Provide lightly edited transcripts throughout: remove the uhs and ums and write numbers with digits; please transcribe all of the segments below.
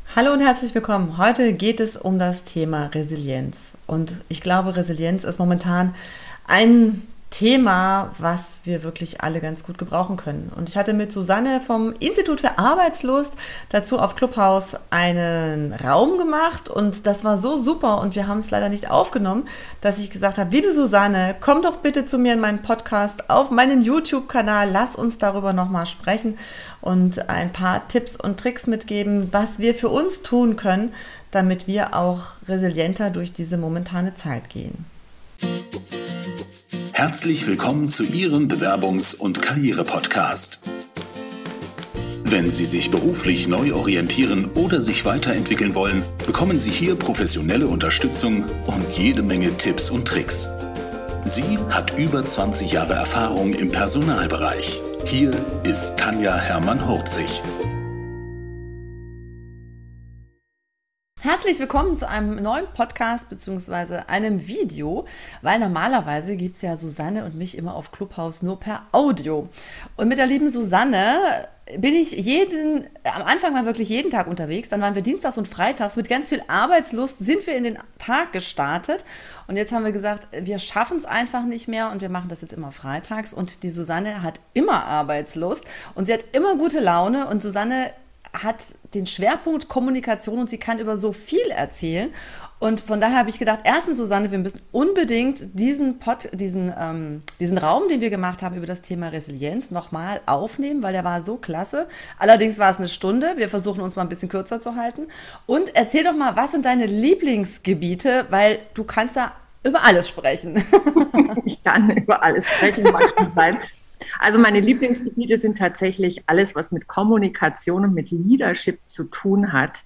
Hallo und herzlich willkommen. Heute geht es um das Thema Resilienz. Und ich glaube, Resilienz ist momentan ein Thema, was wir wirklich alle ganz gut gebrauchen können. Und ich hatte mit Susanne vom Institut für Arbeitslust dazu auf Clubhouse einen Raum gemacht und das war so super und wir haben es leider nicht aufgenommen, dass ich gesagt habe, liebe Susanne, komm doch bitte zu mir in meinen Podcast auf meinen YouTube-Kanal, lass uns darüber nochmal sprechen und ein paar Tipps und Tricks mitgeben, was wir für uns tun können, damit wir auch resilienter durch diese momentane Zeit gehen. Herzlich willkommen zu Ihrem Bewerbungs- und Karriere-Podcast. Wenn Sie sich beruflich neu orientieren oder sich weiterentwickeln wollen, bekommen Sie hier professionelle Unterstützung und jede Menge Tipps und Tricks. Sie hat über 20 Jahre Erfahrung im Personalbereich. Hier ist Tanja Hermann-Hurzig. Herzlich willkommen zu einem neuen Podcast bzw. einem Video, weil normalerweise gibt es ja Susanne und mich immer auf Clubhouse nur per Audio. Und mit der lieben Susanne bin ich am Anfang war wirklich jeden Tag unterwegs, dann waren wir dienstags und freitags mit ganz viel Arbeitslust, sind wir in den Tag gestartet und jetzt haben wir gesagt, wir schaffen es einfach nicht mehr und wir machen das jetzt immer freitags und die Susanne hat immer Arbeitslust und sie hat immer gute Laune und Susanne hat den Schwerpunkt Kommunikation und sie kann über so viel erzählen. Und von daher habe ich gedacht, erstens, Susanne, wir müssen unbedingt diesen Raum, den wir gemacht haben über das Thema Resilienz, nochmal aufnehmen, weil der war so klasse. Allerdings war es eine Stunde. Wir versuchen uns mal ein bisschen kürzer zu halten. Und erzähl doch mal, was sind deine Lieblingsgebiete, weil du kannst da über alles sprechen. Ich kann über alles sprechen, mag schon sein. Also meine Lieblingsgebiete sind tatsächlich alles, was mit Kommunikation und mit Leadership zu tun hat,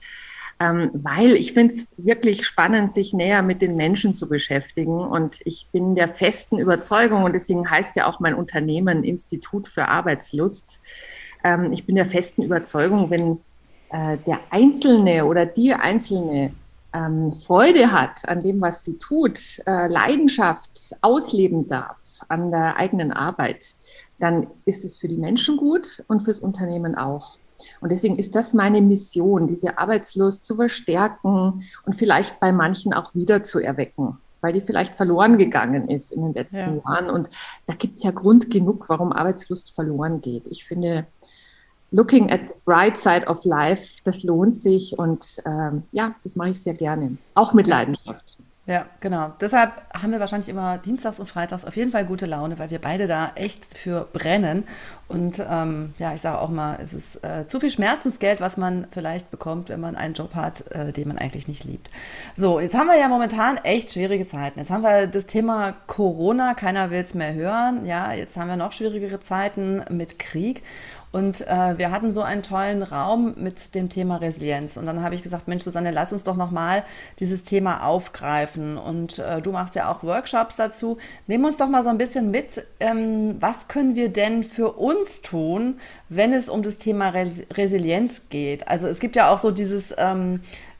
weil ich finde es wirklich spannend, sich näher mit den Menschen zu beschäftigen. Und ich bin der festen Überzeugung, und deswegen heißt ja auch mein Unternehmen Institut für Arbeitslust, ich bin der festen Überzeugung, wenn der Einzelne oder die Einzelne Freude hat an dem, was sie tut, Leidenschaft ausleben darf an der eigenen Arbeit, dann ist es für die Menschen gut und fürs Unternehmen auch. Und deswegen ist das meine Mission, diese Arbeitslust zu verstärken und vielleicht bei manchen auch wieder zu erwecken, weil die vielleicht verloren gegangen ist in den letzten Jahren. Und da gibt es ja Grund genug, warum Arbeitslust verloren geht. Ich finde, looking at the bright side of life, das lohnt sich und das mache ich sehr gerne, auch mit Leidenschaft. Ja, genau. Deshalb haben wir wahrscheinlich immer dienstags und freitags auf jeden Fall gute Laune, weil wir beide da echt für brennen. Und ich sage auch mal, es ist zu viel Schmerzensgeld, was man vielleicht bekommt, wenn man einen Job hat, den man eigentlich nicht liebt. So, jetzt haben wir ja momentan echt schwierige Zeiten. Jetzt haben wir das Thema Corona, keiner will es mehr hören. Ja, jetzt haben wir noch schwierigere Zeiten mit Krieg. Und wir hatten so einen tollen Raum mit dem Thema Resilienz. Und dann habe ich gesagt, Mensch, Susanne, lass uns doch nochmal dieses Thema aufgreifen. Und du machst ja auch Workshops dazu. Nimm uns doch mal so ein bisschen mit, was können wir denn für uns tun, wenn es um das Thema Resilienz geht? Also es gibt ja auch so dieses in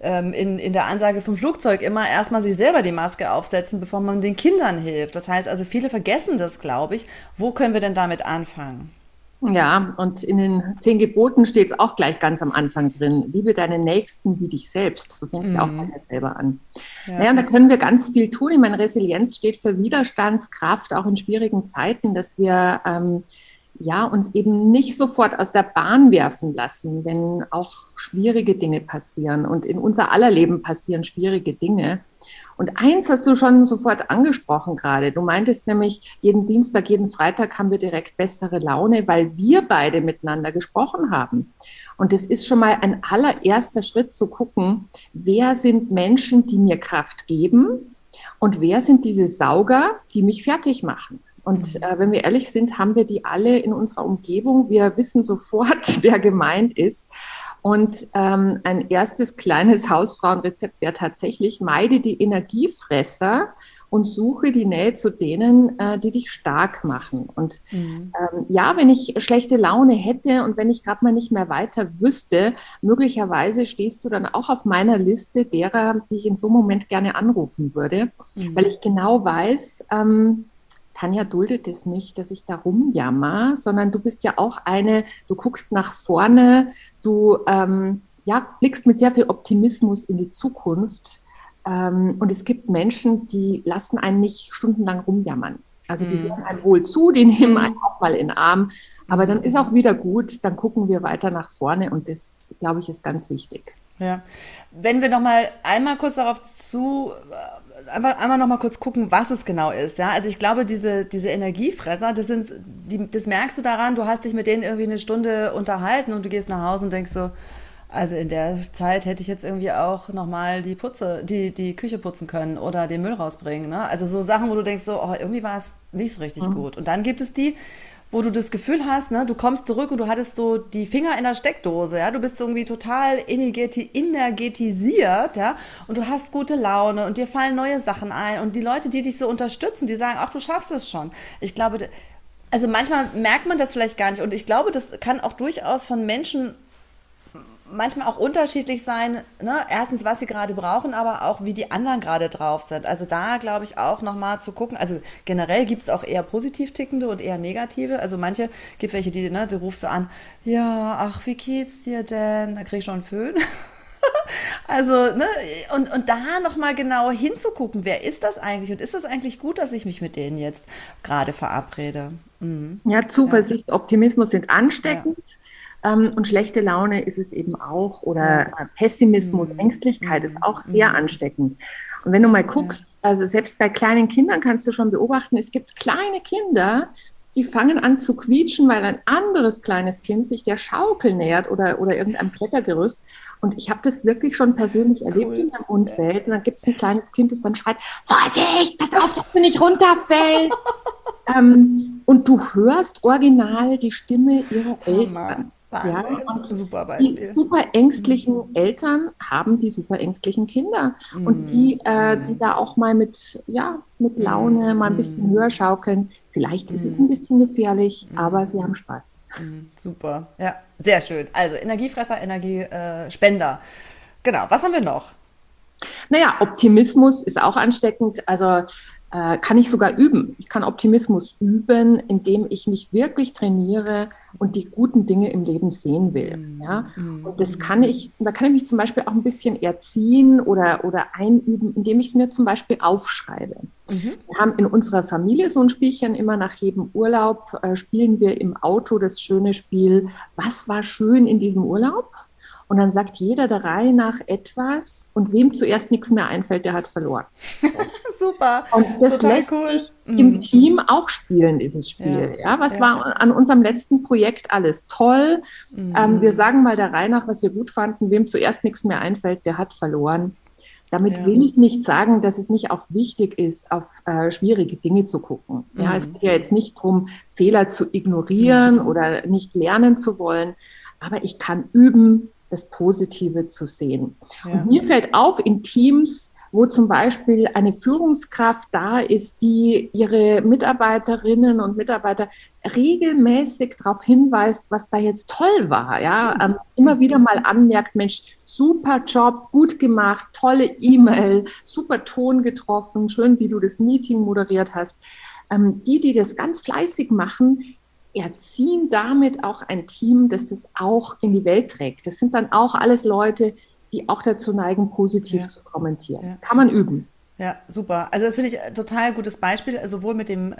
der Ansage vom Flugzeug immer erstmal sich selber die Maske aufsetzen, bevor man den Kindern hilft. Das heißt also, viele vergessen das, glaube ich. Wo können wir denn damit anfangen? Ja, und in den 10 Geboten steht es auch gleich ganz am Anfang drin. Liebe deinen Nächsten wie dich selbst. Du fängst ja auch bei dir selber an. Ja. Naja, und da können wir ganz viel tun. Ich meine, Resilienz steht für Widerstandskraft, auch in schwierigen Zeiten, dass wir uns eben nicht sofort aus der Bahn werfen lassen, wenn auch schwierige Dinge passieren. Und in unser aller Leben passieren schwierige Dinge. Und eins hast du schon sofort angesprochen gerade. Du meintest nämlich, jeden Dienstag, jeden Freitag haben wir direkt bessere Laune, weil wir beide miteinander gesprochen haben. Und das ist schon mal ein allererster Schritt zu gucken, wer sind Menschen, die mir Kraft geben und wer sind diese Sauger, die mich fertig machen. Und wenn wir ehrlich sind, haben wir die alle in unserer Umgebung. Wir wissen sofort, wer gemeint ist. Und ein erstes kleines Hausfrauenrezept wäre tatsächlich, meide die Energiefresser und suche die Nähe zu denen, die dich stark machen. Und wenn ich schlechte Laune hätte und wenn ich gerade mal nicht mehr weiter wüsste, möglicherweise stehst du dann auch auf meiner Liste derer, die ich in so einem Moment gerne anrufen würde, weil ich genau weiß, Tanja duldet es nicht, dass ich da rumjammer, sondern du bist ja auch eine, du guckst nach vorne, du blickst mit sehr viel Optimismus in die Zukunft. Und es gibt Menschen, die lassen einen nicht stundenlang rumjammern. Also die hören einem wohl zu, die nehmen einen auch mal in den Arm. Aber dann ist auch wieder gut, dann gucken wir weiter nach vorne und das, glaube ich, ist ganz wichtig. Ja. Wenn wir noch mal einmal kurz einmal noch mal kurz gucken, was es genau ist. Ja? Also ich glaube, diese Energiefresser, das merkst du daran, du hast dich mit denen irgendwie eine Stunde unterhalten und du gehst nach Hause und denkst so, also in der Zeit hätte ich jetzt irgendwie auch nochmal die Küche putzen können oder den Müll rausbringen. Ne? Also so Sachen, wo du denkst so, oh, irgendwie war es nicht so richtig gut. Und dann gibt es die, wo du das Gefühl hast, ne, du kommst zurück und du hattest so die Finger in der Steckdose, ja, du bist irgendwie total energetisiert, ja, und du hast gute Laune und dir fallen neue Sachen ein und die Leute, die dich so unterstützen, die sagen, ach, du schaffst es schon. Ich glaube, also manchmal merkt man das vielleicht gar nicht und ich glaube, das kann auch durchaus von Menschen manchmal auch unterschiedlich sein, ne? Erstens, was sie gerade brauchen, aber auch, wie die anderen gerade drauf sind. Also da glaube ich auch nochmal zu gucken, also generell gibt es auch eher positiv tickende und eher negative. Also manche, gibt welche, die rufst du an, ja, ach, wie geht's dir denn? Da krieg ich schon einen Föhn. Also, ne, und da nochmal genau hinzugucken, wer ist das eigentlich und ist das eigentlich gut, dass ich mich mit denen jetzt gerade verabrede? Ja, Zuversicht, Optimismus sind Ja, ansteckend. Und schlechte Laune ist es eben auch. Oder Pessimismus, Ängstlichkeit ist auch sehr ansteckend. Und wenn du mal guckst, also selbst bei kleinen Kindern kannst du schon beobachten, es gibt kleine Kinder, die fangen an zu quietschen, weil ein anderes kleines Kind sich der Schaukel nähert oder irgendeinem Klettergerüst. Und ich habe das wirklich schon persönlich erlebt in meinem Umfeld. Und dann gibt es ein kleines Kind, das dann schreit, Vorsicht, pass auf, dass du nicht runterfällst. Und du hörst original die Stimme ihrer Eltern. Ja, und super die Beispiel. super ängstlichen Eltern haben die super ängstlichen Kinder. Und die da auch mal mit Laune mal ein bisschen höher schaukeln. Vielleicht ist es ein bisschen gefährlich, aber sie haben Spaß. Super, ja, sehr schön. Also Energiefresser, Energiespender. Genau, was haben wir noch? Naja, Optimismus ist auch ansteckend. Also kann ich sogar üben. Ich kann Optimismus üben, indem ich mich wirklich trainiere und die guten Dinge im Leben sehen will. Ja? Und da kann ich mich zum Beispiel auch ein bisschen erziehen oder einüben, indem ich es mir zum Beispiel aufschreibe. Wir haben in unserer Familie so ein Spielchen, immer nach jedem Urlaub spielen wir im Auto das schöne Spiel, was war schön in diesem Urlaub? Und dann sagt jeder der Reihe nach etwas und wem zuerst nichts mehr einfällt, der hat verloren. Super, Und das total lässt cool. sich im Team auch spielen, dieses Spiel. Ja, was war an unserem letzten Projekt alles toll? Wir sagen mal der Reihe nach, was wir gut fanden. Wem zuerst nichts mehr einfällt, der hat verloren. Damit will ich nicht sagen, dass es nicht auch wichtig ist, auf schwierige Dinge zu gucken. Ja, es geht ja jetzt nicht darum, Fehler zu ignorieren oder nicht lernen zu wollen, aber ich kann üben, das Positive zu sehen. Und mir fällt auf, in Teams, wo zum Beispiel eine Führungskraft da ist, die ihre Mitarbeiterinnen und Mitarbeiter regelmäßig darauf hinweist, was da jetzt toll war. Ja? Immer wieder mal anmerkt, Mensch, super Job, gut gemacht, tolle E-Mail, super Ton getroffen, schön, wie du das Meeting moderiert hast. Die das ganz fleißig machen, erziehen damit auch ein Team, das das auch in die Welt trägt. Das sind dann auch alles Leute, die auch dazu neigen, positiv zu kommentieren. Ja. Kann man üben. Ja, super. Also das finde ich ein total gutes Beispiel, sowohl mit dem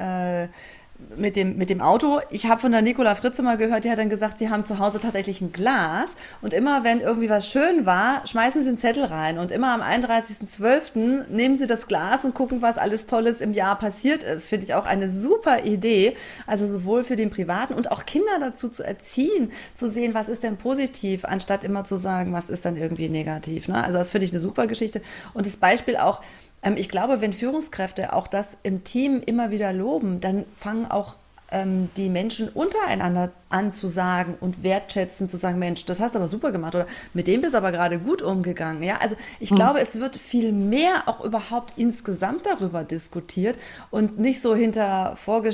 Auto. Ich habe von der Nicola Fritze mal gehört, die hat dann gesagt, sie haben zu Hause tatsächlich ein Glas und immer, wenn irgendwie was schön war, schmeißen sie einen Zettel rein und immer am 31.12. nehmen sie das Glas und gucken, was alles Tolles im Jahr passiert ist. Finde ich auch eine super Idee, also sowohl für den Privaten und auch Kinder dazu zu erziehen, zu sehen, was ist denn positiv, anstatt immer zu sagen, was ist dann irgendwie negativ. Ne? Also das finde ich eine super Geschichte und das Beispiel auch, ich glaube, wenn Führungskräfte auch das im Team immer wieder loben, dann fangen auch die Menschen untereinander an zu sagen und wertschätzen, zu sagen, Mensch, das hast du aber super gemacht oder mit dem bist du aber gerade gut umgegangen. Ja? Also ich glaube, es wird viel mehr auch überhaupt insgesamt darüber diskutiert und nicht so hinter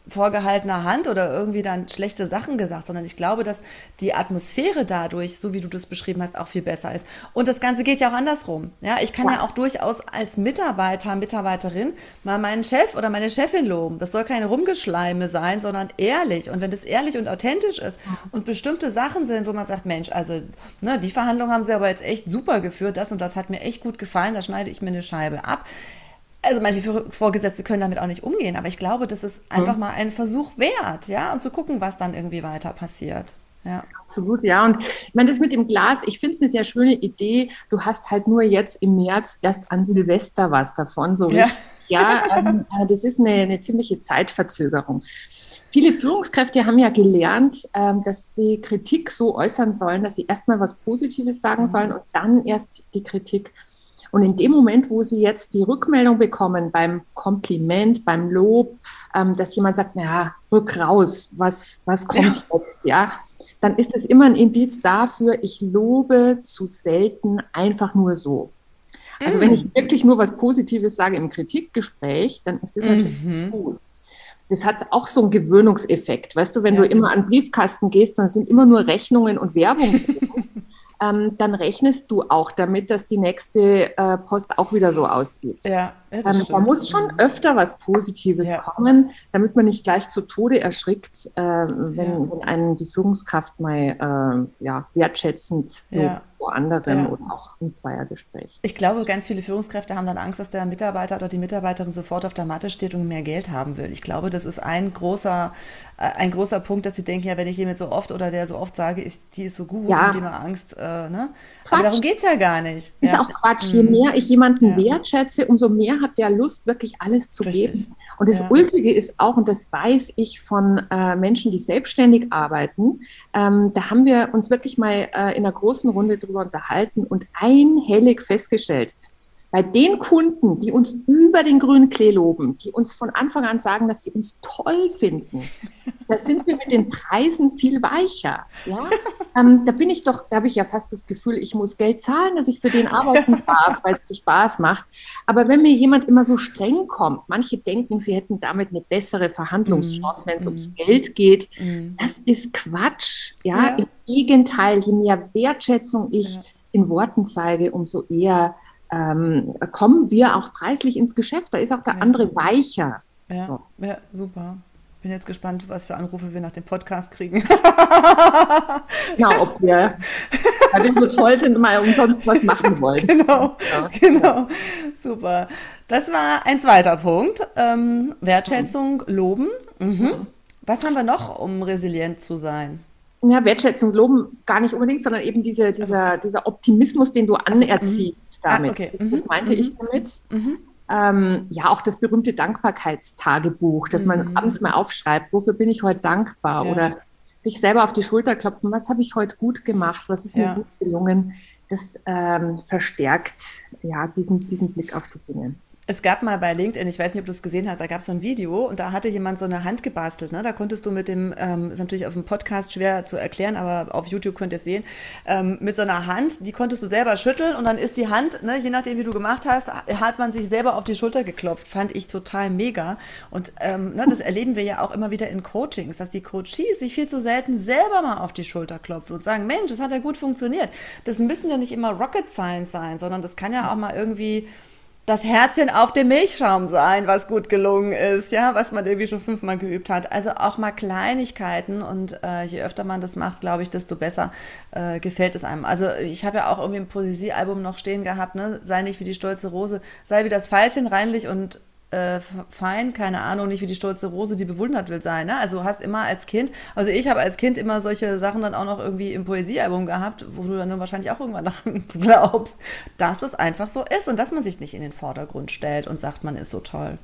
vorgehaltener Hand oder irgendwie dann schlechte Sachen gesagt, sondern ich glaube, dass die Atmosphäre dadurch, so wie du das beschrieben hast, auch viel besser ist. Und das Ganze geht ja auch andersrum. Ja, ich kann ja auch durchaus als Mitarbeiter, Mitarbeiterin mal meinen Chef oder meine Chefin loben. Das soll keine Rumgeschleime sein, sondern ehrlich. Und wenn das ehrlich und authentisch ist und bestimmte Sachen sind, wo man sagt, Mensch, also ne, die Verhandlungen haben sie aber jetzt echt super geführt, das und das hat mir echt gut gefallen, da schneide ich mir eine Scheibe ab. Also manche Vorgesetzte können damit auch nicht umgehen, aber ich glaube, das ist einfach mal ein Versuch wert, ja, und zu gucken, was dann irgendwie weiter passiert. Ja. Absolut, ja. Und ich meine, das mit dem Glas, ich finde es eine sehr schöne Idee. Du hast halt nur jetzt im März erst an Silvester was davon, so richtig. Ja, das ist eine ziemliche Zeitverzögerung. Viele Führungskräfte haben ja gelernt, dass sie Kritik so äußern sollen, dass sie erstmal was Positives sagen sollen und dann erst die Kritik. Und in dem Moment, wo sie jetzt die Rückmeldung bekommen beim Kompliment, beim Lob, dass jemand sagt, naja, rück raus, was kommt jetzt, ja, dann ist es immer ein Indiz dafür, ich lobe zu selten einfach nur so. Also wenn ich wirklich nur was Positives sage im Kritikgespräch, dann ist das natürlich gut. Das hat auch so einen Gewöhnungseffekt. Weißt du, wenn du immer an den Briefkasten gehst, dann sind immer nur Rechnungen und Werbung dann rechnest du auch damit, dass die nächste Post auch wieder so aussieht. Ja, das stimmt. Da muss schon öfter was Positives kommen, damit man nicht gleich zu Tode erschrickt, wenn einen die Führungskraft mal wertschätzend vor anderen oder auch im Zweiergespräch. Ich glaube, ganz viele Führungskräfte haben dann Angst, dass der Mitarbeiter oder die Mitarbeiterin sofort auf der Matte steht und mehr Geld haben will. Ich glaube, das ist ein großer Punkt, dass sie denken, ja, wenn ich jemand so oft oder der so oft sage, die ist so gut und die mal Angst, ne? Aber darum geht es ja gar nicht. Ist auch Quatsch. Je mehr ich jemanden wertschätze, umso mehr hat der Lust, wirklich alles zu geben. Und das Ulkige ist auch, und das weiß ich von Menschen, die selbstständig arbeiten, da haben wir uns wirklich mal in einer großen Runde drüber unterhalten und einhellig festgestellt, bei den Kunden, die uns über den grünen Klee loben, die uns von Anfang an sagen, dass sie uns toll finden, da sind wir mit den Preisen viel weicher. Ja? Da habe ich ja fast das Gefühl, ich muss Geld zahlen, dass ich für den arbeiten darf, weil es so Spaß macht. Aber wenn mir jemand immer so streng kommt, manche denken, sie hätten damit eine bessere Verhandlungschance, wenn es ums Geld geht. Das ist Quatsch. Ja? Im Gegenteil, je mehr Wertschätzung ich in Worten zeige, umso eher kommen wir auch preislich ins Geschäft. Da ist auch der andere weicher. Ja, super. Bin jetzt gespannt, was für Anrufe wir nach dem Podcast kriegen. Genau, ob wir, weil wir so toll sind, mal umsonst was machen wollen. Genau. Super. Das war ein zweiter Punkt. Wertschätzung, Loben. Was haben wir noch, um resilient zu sein? Ja, Wertschätzung, Loben gar nicht unbedingt, sondern eben dieser Optimismus, den du anerziehst damit. Okay. Das meinte ich damit. Auch das berühmte Dankbarkeitstagebuch, dass man abends mal aufschreibt, wofür bin ich heute dankbar? Oder sich selber auf die Schulter klopfen, was habe ich heute gut gemacht, was ist mir gut gelungen? Das verstärkt diesen Blick auf die Dinge. Es gab mal bei LinkedIn, ich weiß nicht, ob du es gesehen hast, da gab es so ein Video und da hatte jemand so eine Hand gebastelt. Ne? Da konntest du mit dem, ist natürlich auf dem Podcast schwer zu erklären, aber auf YouTube könnt ihr es sehen, mit so einer Hand, die konntest du selber schütteln und dann ist die Hand, ne, je nachdem wie du gemacht hast, hat man sich selber auf die Schulter geklopft. Fand ich total mega. Und das erleben wir ja auch immer wieder in Coachings, dass die Coaches sich viel zu selten selber mal auf die Schulter klopfen und sagen, Mensch, das hat ja gut funktioniert. Das müssen ja nicht immer Rocket Science sein, sondern das kann ja auch mal irgendwie das Herzchen auf dem Milchschaum sein, was gut gelungen ist, ja, was man irgendwie schon 5-mal geübt hat. Also auch mal Kleinigkeiten und je öfter man das macht, glaube ich, desto besser gefällt es einem. Also ich habe ja auch irgendwie ein Poesiealbum noch stehen gehabt, ne? Sei nicht wie die stolze Rose, sei wie das Veilchen, reinlich und fein, keine Ahnung, nicht wie die stolze Rose, die bewundert will sein. Ne? Also hast immer als Kind, also ich habe als Kind immer solche Sachen dann auch noch irgendwie im Poesiealbum gehabt, wo du dann wahrscheinlich auch irgendwann glaubst, dass es einfach so ist und dass man sich nicht in den Vordergrund stellt und sagt, man ist so toll.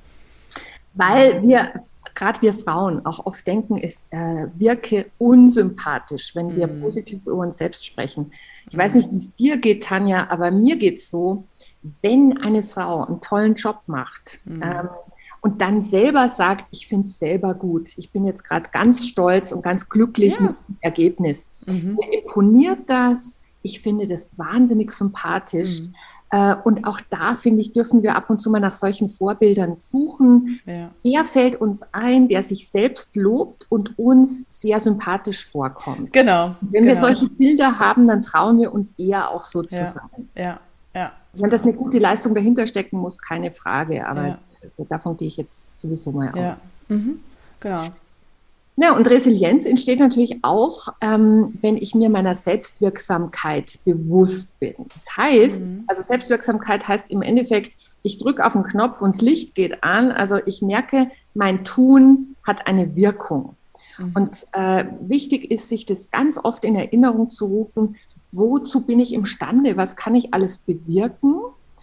Weil gerade wir Frauen auch oft denken, es wirke unsympathisch, wenn wir positiv über uns selbst sprechen. Ich weiß nicht, wie es dir geht, Tanja, aber mir geht es so, wenn eine Frau einen tollen Job macht und dann selber sagt, ich finde es selber gut, ich bin jetzt gerade ganz stolz und ganz glücklich mit dem Ergebnis. Mir imponiert das, ich finde das wahnsinnig sympathisch. Und auch da, finde ich, dürfen wir ab und zu mal nach solchen Vorbildern suchen. Ja. Wer fällt uns ein, der sich selbst lobt und uns sehr sympathisch vorkommt? Genau. Wenn wir solche Bilder haben, dann trauen wir uns eher auch so zu sein. Ja. Wenn das eine gute Leistung dahinter stecken muss, keine Frage. Aber davon gehe ich jetzt sowieso mal aus. Genau. Ja, und Resilienz entsteht natürlich auch, wenn ich mir meiner Selbstwirksamkeit bewusst bin. Das heißt, also Selbstwirksamkeit heißt im Endeffekt, ich drücke auf den Knopf und das Licht geht an. Also ich merke, mein Tun hat eine Wirkung. Und wichtig ist, sich das ganz oft in Erinnerung zu rufen, wozu bin ich imstande, was kann ich alles bewirken?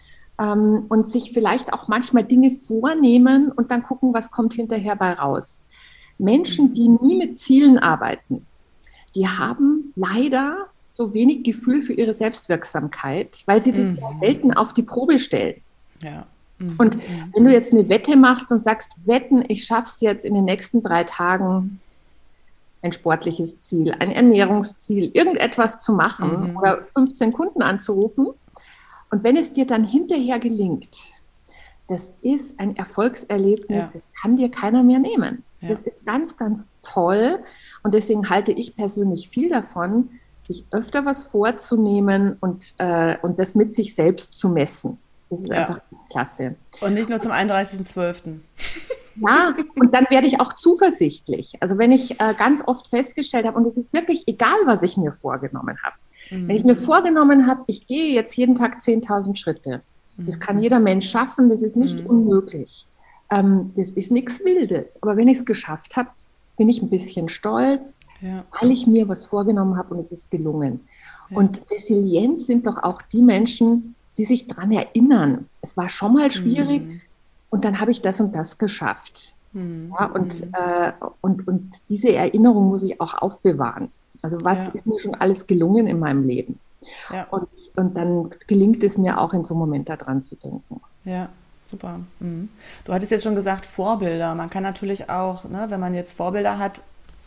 Und sich vielleicht auch manchmal Dinge vornehmen und dann gucken, was kommt hinterher bei raus. Menschen, die nie mit Zielen arbeiten, die haben leider so wenig Gefühl für ihre Selbstwirksamkeit, weil sie das sehr selten auf die Probe stellen. Ja. Und wenn du jetzt eine Wette machst und sagst, wetten, ich schaffe es jetzt in den nächsten 3 Tagen, ein sportliches Ziel, ein Ernährungsziel, irgendetwas zu machen oder 15 Kunden anzurufen. Und wenn es dir dann hinterher gelingt, das ist ein Erfolgserlebnis, das kann dir keiner mehr nehmen. Ja. Das ist ganz, ganz toll. Und deswegen halte ich persönlich viel davon, sich öfter was vorzunehmen und das mit sich selbst zu messen. Das ist einfach klasse. Und nicht nur zum 31.12. Ja, und dann werde ich auch zuversichtlich. Also wenn ich ganz oft festgestellt habe, und es ist wirklich egal, was ich mir vorgenommen habe. Wenn ich mir vorgenommen habe, ich gehe jetzt jeden Tag 10.000 Schritte. Das kann jeder Mensch schaffen, das ist nicht unmöglich. Das ist nichts Wildes. Aber wenn ich es geschafft habe, bin ich ein bisschen stolz, weil ich mir was vorgenommen habe und es ist gelungen. Ja. Und Resilienz sind doch auch die Menschen, die sich daran erinnern. Es war schon mal schwierig und dann habe ich das und das geschafft. Ja, und diese Erinnerung muss ich auch aufbewahren. Also was ist mir schon alles gelungen in meinem Leben? Ja. Und dann gelingt es mir auch in so einem Moment daran zu denken. Ja, super. Du hattest jetzt schon gesagt, Vorbilder. Man kann natürlich auch, ne, wenn man jetzt Vorbilder hat,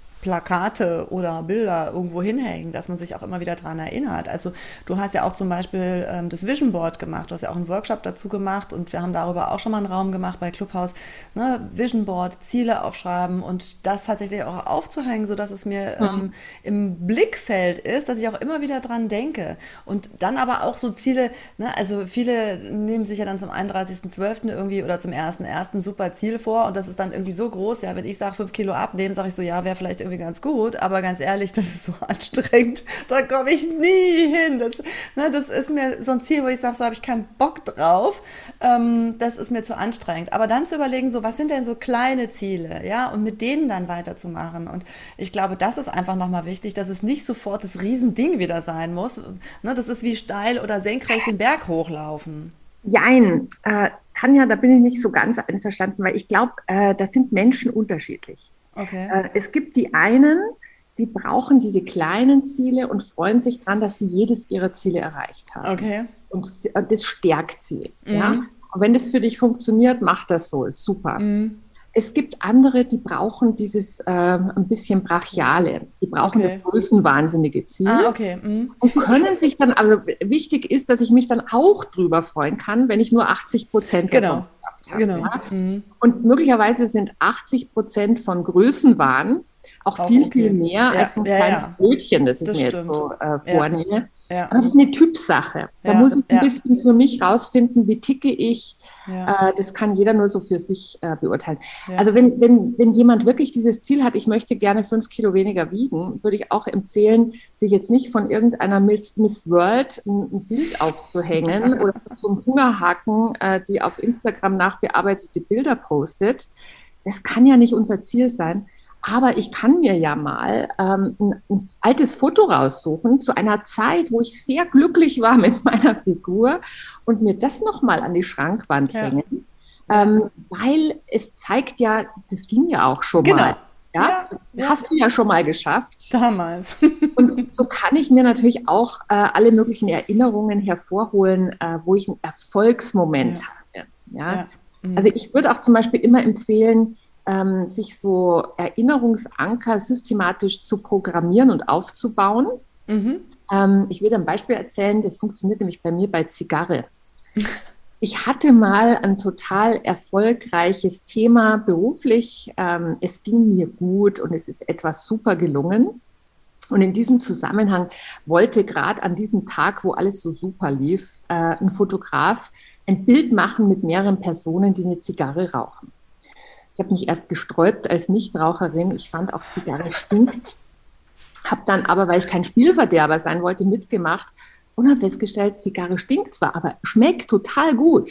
Plakate oder Bilder irgendwo hinhängen, dass man sich auch immer wieder daran erinnert. Also du hast ja auch zum Beispiel das Vision Board gemacht, du hast ja auch einen Workshop dazu gemacht und wir haben darüber auch schon mal einen Raum gemacht bei Clubhouse, ne? Vision Board, Ziele aufschreiben und das tatsächlich auch aufzuhängen, sodass es mir im Blickfeld ist, dass ich auch immer wieder dran denke. Und dann aber auch so Ziele, ne? Also viele nehmen sich ja dann zum 31.12. irgendwie oder zum 1.1. super Ziel vor und das ist dann irgendwie so groß, ja, wenn ich sage 5 Kilo abnehmen, sage ich so, ja, wäre vielleicht irgendwie ganz gut, aber ganz ehrlich, das ist so anstrengend, da komme ich nie hin. Das ist mir so ein Ziel, wo ich sage, so habe ich keinen Bock drauf, das ist mir zu anstrengend. Aber dann zu überlegen, so was sind denn so kleine Ziele, ja, und mit denen dann weiterzumachen. Und ich glaube, das ist einfach nochmal wichtig, dass es nicht sofort das Riesending wieder sein muss. Ne, das ist wie steil oder senkrecht den Berg hochlaufen. Jein, Tanja, da bin ich nicht so ganz einverstanden, weil ich glaube, das sind Menschen unterschiedlich. Okay. Es gibt die einen, die brauchen diese kleinen Ziele und freuen sich daran, dass sie jedes ihrer Ziele erreicht haben. Okay. Und das stärkt sie. Ja? Und wenn das für dich funktioniert, mach das so, ist super. Es gibt andere, die brauchen dieses ein bisschen Brachiale. Die brauchen das größenwahnsinnige Ziel. Und können sich dann, also wichtig ist, dass ich mich dann auch drüber freuen kann, wenn ich nur 80% davon geschafft habe. Genau. Ja? Und möglicherweise sind 80% von Größenwahn auch viel mehr als so ein kleines Brötchen, das ich mir jetzt so vornehme. Ja. Aber das ist eine Typsache. Da muss ich ein bisschen für mich rausfinden, wie ticke ich. Das kann jeder nur so für sich beurteilen. Ja. Also wenn jemand wirklich dieses Ziel hat, ich möchte gerne 5 Kilo weniger wiegen, würde ich auch empfehlen, sich jetzt nicht von irgendeiner Miss World ein Bild aufzuhängen oder zum Hungerhaken, die auf Instagram nachbearbeitete Bilder postet. Das kann ja nicht unser Ziel sein. Aber ich kann mir ja mal ein altes Foto raussuchen zu einer Zeit, wo ich sehr glücklich war mit meiner Figur und mir das nochmal an die Schrankwand hängen. Weil es zeigt ja, das ging ja auch schon mal. Ja? Das hast du ja schon mal geschafft. Damals. Und so kann ich mir natürlich auch alle möglichen Erinnerungen hervorholen, wo ich einen Erfolgsmoment hatte. Ja? Also ich würde auch zum Beispiel immer empfehlen, sich so Erinnerungsanker systematisch zu programmieren und aufzubauen. Ich will ein Beispiel erzählen, das funktioniert nämlich bei mir bei Zigarre. Ich hatte mal ein total erfolgreiches Thema beruflich. Es ging mir gut und es ist etwas super gelungen. Und in diesem Zusammenhang wollte gerade an diesem Tag, wo alles so super lief, ein Fotograf ein Bild machen mit mehreren Personen, die eine Zigarre rauchen. Ich habe mich erst gesträubt als Nichtraucherin. Ich fand auch, Zigarre stinkt. Habe dann aber, weil ich kein Spielverderber sein wollte, mitgemacht und habe festgestellt, Zigarre stinkt zwar, aber schmeckt total gut.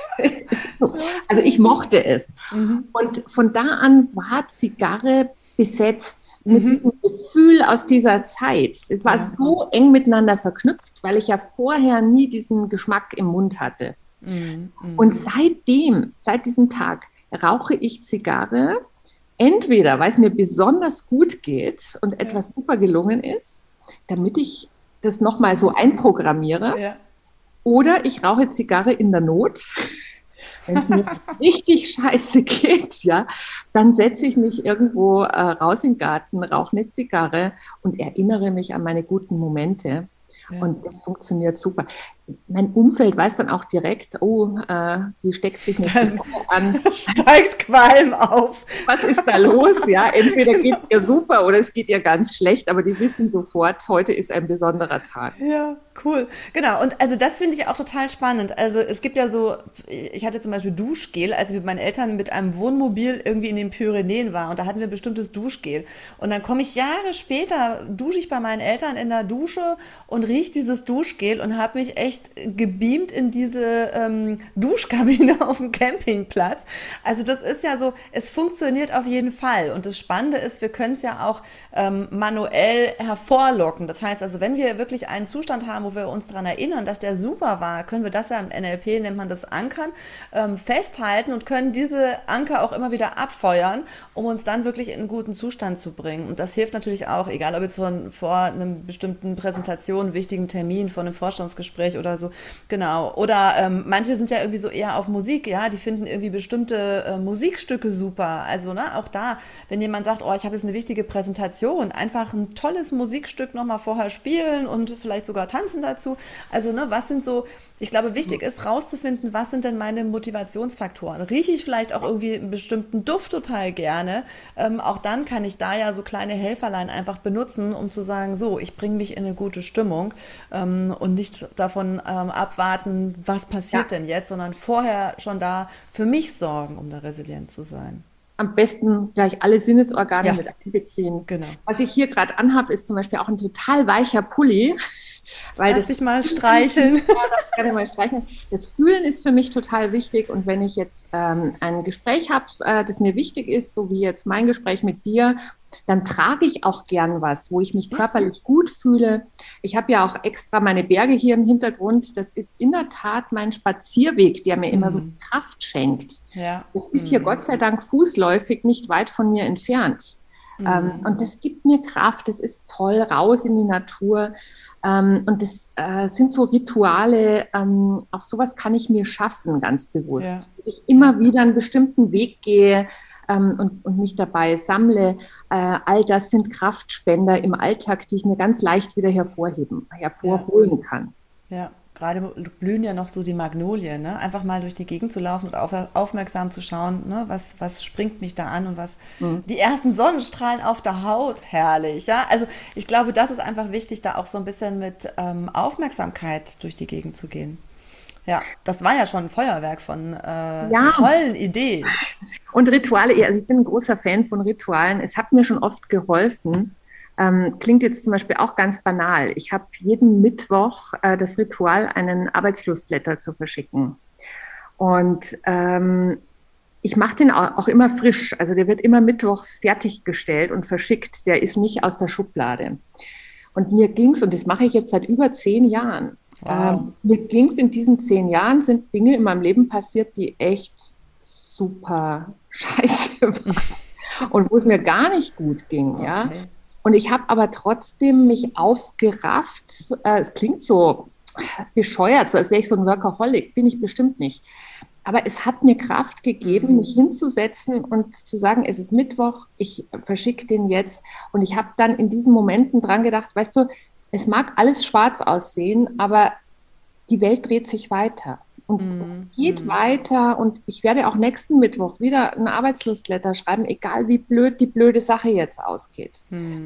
Also ich mochte es. Und von da an war Zigarre besetzt mit diesem Gefühl aus dieser Zeit. Es war so eng miteinander verknüpft, weil ich ja vorher nie diesen Geschmack im Mund hatte. Und seit diesem Tag, rauche ich Zigarre, entweder weil es mir besonders gut geht und etwas super gelungen ist, damit ich das nochmal so einprogrammiere, oder ich rauche Zigarre in der Not. Wenn es mir richtig scheiße geht, ja, dann setze ich mich irgendwo raus in den Garten, rauche eine Zigarre und erinnere mich an meine guten Momente. Ja. Und das funktioniert super. Mein Umfeld weiß dann auch direkt, die steckt sich nicht an. Steigt Qualm auf. Was ist da los? Ja, entweder geht es ihr super oder es geht ihr ganz schlecht, aber die wissen sofort, heute ist ein besonderer Tag. Ja, cool. Genau, und also das finde ich auch total spannend. Also es gibt ja so, ich hatte zum Beispiel Duschgel, als ich mit meinen Eltern mit einem Wohnmobil irgendwie in den Pyrenäen war und da hatten wir bestimmtes Duschgel. Und dann komme ich Jahre später, dusche ich bei meinen Eltern in der Dusche und rieche dieses Duschgel und habe mich echt gebeamt in diese Duschkabine auf dem Campingplatz. Also das ist ja so, es funktioniert auf jeden Fall. Und das Spannende ist, wir können es ja auch manuell hervorlocken. Das heißt also, wenn wir wirklich einen Zustand haben, wo wir uns daran erinnern, dass der super war, können wir das ja im NLP, nennt man das Ankern, festhalten und können diese Anker auch immer wieder abfeuern, um uns dann wirklich in einen guten Zustand zu bringen. Und das hilft natürlich auch, egal ob jetzt vor einem bestimmten Präsentation, wichtigen Termin, vor einem Vorstandsgespräch oder so. Genau. Oder manche sind ja irgendwie so eher auf Musik, ja, die finden irgendwie bestimmte Musikstücke super. Also, ne, auch da, wenn jemand sagt, ich habe jetzt eine wichtige Präsentation, einfach ein tolles Musikstück nochmal vorher spielen und vielleicht sogar tanzen dazu. Also, ne, was sind so, ich glaube, wichtig ist rauszufinden, was sind denn meine Motivationsfaktoren? Rieche ich vielleicht auch irgendwie einen bestimmten Duft total gerne? Auch dann kann ich da ja so kleine Helferlein einfach benutzen, um zu sagen, so, ich bringe mich in eine gute Stimmung und nicht davon abwarten, was passiert denn jetzt, sondern vorher schon da für mich sorgen, um da resilient zu sein. Am besten gleich alle Sinnesorgane mit einbeziehen. Genau. Was ich hier gerade anhabe, ist zum Beispiel auch ein total weicher Pulli. Lass dich mal streicheln. Ja, das kann ich mal streicheln. Das Fühlen ist für mich total wichtig. Und wenn ich jetzt ein Gespräch habe, das mir wichtig ist, so wie jetzt mein Gespräch mit dir, dann trage ich auch gern was, wo ich mich körperlich gut fühle. Ich habe ja auch extra meine Berge hier im Hintergrund. Das ist in der Tat mein Spazierweg, der mir immer so viel Kraft schenkt. Ja. Das ist hier Gott sei Dank fußläufig nicht weit von mir entfernt. Und das gibt mir Kraft. Das ist toll, raus in die Natur. Und das sind so Rituale, auch sowas kann ich mir schaffen, ganz bewusst. Dass ich immer wieder einen bestimmten Weg gehe und mich dabei sammle. All das sind Kraftspender im Alltag, die ich mir ganz leicht wieder hervorholen kann. Ja, gerade blühen ja noch so die Magnolien, ne? Einfach mal durch die Gegend zu laufen und aufmerksam zu schauen, ne? Was springt mich da an und was die ersten Sonnenstrahlen auf der Haut, herrlich, ja. Also ich glaube, das ist einfach wichtig, da auch so ein bisschen mit Aufmerksamkeit durch die Gegend zu gehen. Ja, das war ja schon ein Feuerwerk von tollen Ideen. Und Rituale, also ich bin ein großer Fan von Ritualen. Es hat mir schon oft geholfen. Klingt jetzt zum Beispiel auch ganz banal. Ich habe jeden Mittwoch das Ritual, einen Arbeitslustletter zu verschicken. Und ich mache den auch immer frisch. Also der wird immer mittwochs fertiggestellt und verschickt. Der ist nicht aus der Schublade. Und mir ging's, und das mache ich jetzt seit über 10 Jahren. Wow. Mir ging's in diesen 10 Jahren, sind Dinge in meinem Leben passiert, die echt super scheiße waren. Und wo es mir gar nicht gut ging, Okay. ja. Und ich habe aber trotzdem mich aufgerafft. Es klingt so bescheuert, so als wäre ich so ein Workaholic. Bin ich bestimmt nicht. Aber es hat mir Kraft gegeben, mich hinzusetzen und zu sagen, es ist Mittwoch, ich verschicke den jetzt. Und ich habe dann in diesen Momenten dran gedacht, weißt du, es mag alles schwarz aussehen, aber die Welt dreht sich weiter. und geht weiter. Und ich werde auch nächsten Mittwoch wieder ein Arbeitslustletter schreiben, egal wie blöd die blöde Sache jetzt ausgeht.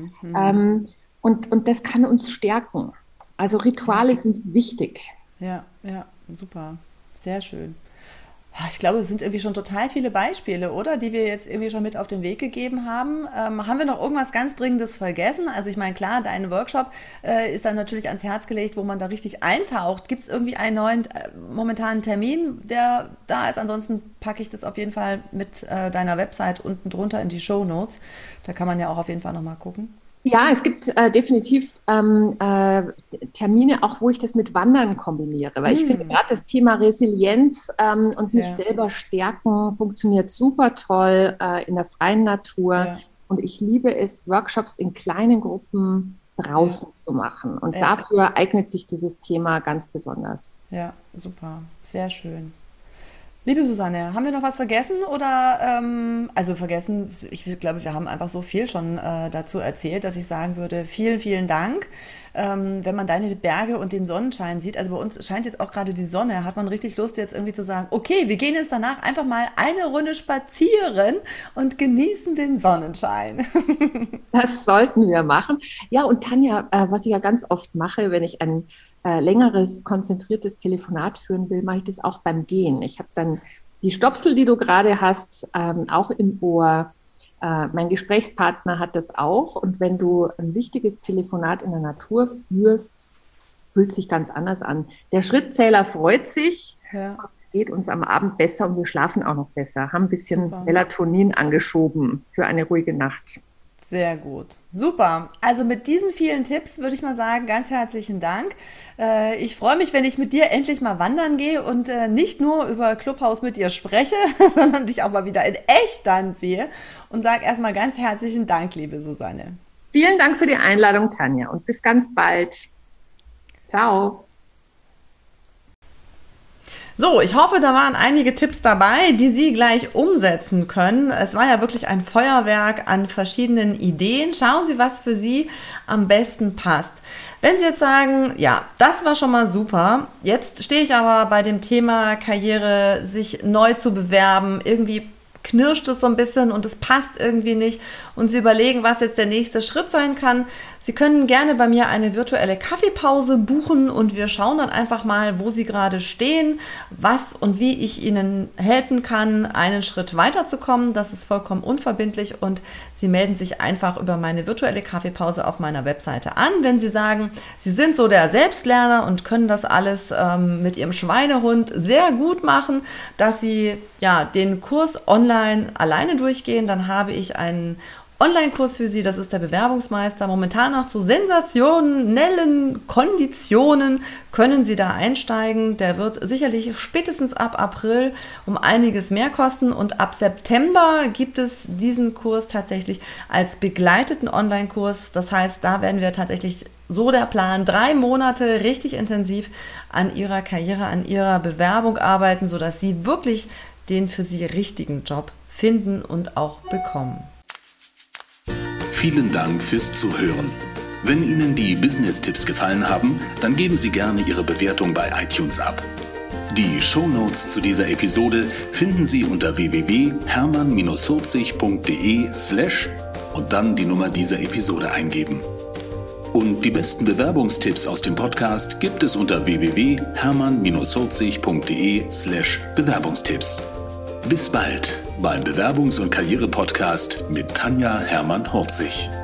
Und das kann uns stärken. Also Rituale sind wichtig. Ja, super. Sehr schön. Ich glaube, es sind irgendwie schon total viele Beispiele, oder? Die wir jetzt irgendwie schon mit auf den Weg gegeben haben. Haben wir noch irgendwas ganz Dringendes vergessen? Also ich meine, klar, dein Workshop ist dann natürlich ans Herz gelegt, wo man da richtig eintaucht. Gibt es irgendwie einen neuen momentanen Termin, der da ist? Ansonsten packe ich das auf jeden Fall mit deiner Website unten drunter in die Shownotes. Da kann man ja auch auf jeden Fall nochmal gucken. Ja, es gibt definitiv Termine, auch wo ich das mit Wandern kombiniere, weil ich finde gerade das Thema Resilienz und mich selber stärken funktioniert super toll in der freien Natur. Ja. Und ich liebe es, Workshops in kleinen Gruppen draußen zu machen. Und dafür eignet sich dieses Thema ganz besonders. Ja, super. Sehr schön. Liebe Susanne, haben wir noch was vergessen oder, vergessen, ich glaube, wir haben einfach so viel schon dazu erzählt, dass ich sagen würde, vielen, vielen Dank. Wenn man deine Berge und den Sonnenschein sieht, also bei uns scheint jetzt auch gerade die Sonne, hat man richtig Lust jetzt irgendwie zu sagen, okay, wir gehen jetzt danach einfach mal eine Runde spazieren und genießen den Sonnenschein. Das sollten wir machen. Ja, und Tanja, was ich ja ganz oft mache, wenn ich ein längeres, konzentriertes Telefonat führen will, mache ich das auch beim Gehen. Ich habe dann die Stöpsel, die du gerade hast, auch im Ohr. Mein Gesprächspartner hat das auch. Und wenn du ein wichtiges Telefonat in der Natur führst, fühlt sich ganz anders an. Der Schrittzähler freut sich. Ja. Es geht uns am Abend besser und wir schlafen auch noch besser. Haben ein bisschen Melatonin angeschoben für eine ruhige Nacht. Sehr gut. Super. Also mit diesen vielen Tipps würde ich mal sagen, ganz herzlichen Dank. Ich freue mich, wenn ich mit dir endlich mal wandern gehe und nicht nur über Clubhouse mit dir spreche, sondern dich auch mal wieder in echt dann sehe und sage erstmal ganz herzlichen Dank, liebe Susanne. Vielen Dank für die Einladung, Tanja, und bis ganz bald. Ciao. So, ich hoffe, da waren einige Tipps dabei, die Sie gleich umsetzen können. Es war ja wirklich ein Feuerwerk an verschiedenen Ideen. Schauen Sie, was für Sie am besten passt. Wenn Sie jetzt sagen, ja, das war schon mal super, jetzt stehe ich aber bei dem Thema Karriere, sich neu zu bewerben, irgendwie knirscht es so ein bisschen und es passt irgendwie nicht und Sie überlegen, was jetzt der nächste Schritt sein kann. Sie können gerne bei mir eine virtuelle Kaffeepause buchen und wir schauen dann einfach mal, wo Sie gerade stehen, was und wie ich Ihnen helfen kann, einen Schritt weiterzukommen. Das ist vollkommen unverbindlich und Sie melden sich einfach über meine virtuelle Kaffeepause auf meiner Webseite an. Wenn Sie sagen, Sie sind so der Selbstlerner und können das alles mit Ihrem Schweinehund sehr gut machen, dass Sie ja den Kurs online alleine durchgehen, dann habe ich einen Online-Kurs für Sie, das ist der Bewerbungsmeister. Momentan noch zu sensationellen Konditionen können Sie da einsteigen. Der wird sicherlich spätestens ab April um einiges mehr kosten und ab September gibt es diesen Kurs tatsächlich als begleiteten Online-Kurs. Das heißt, da werden wir tatsächlich, so der Plan, 3 Monate richtig intensiv an Ihrer Karriere, an Ihrer Bewerbung arbeiten, sodass Sie wirklich den für Sie richtigen Job finden und auch bekommen. Vielen Dank fürs Zuhören. Wenn Ihnen die Business-Tipps gefallen haben, dann geben Sie gerne Ihre Bewertung bei iTunes ab. Die Shownotes zu dieser Episode finden Sie unter www.hermann-40.de/ und dann die Nummer dieser Episode eingeben. Und die besten Bewerbungstipps aus dem Podcast gibt es unter www.hermann-40.de/Bewerbungstipps. Bis bald beim Bewerbungs- und Karriere-Podcast mit Tanja Hermann-Horzig.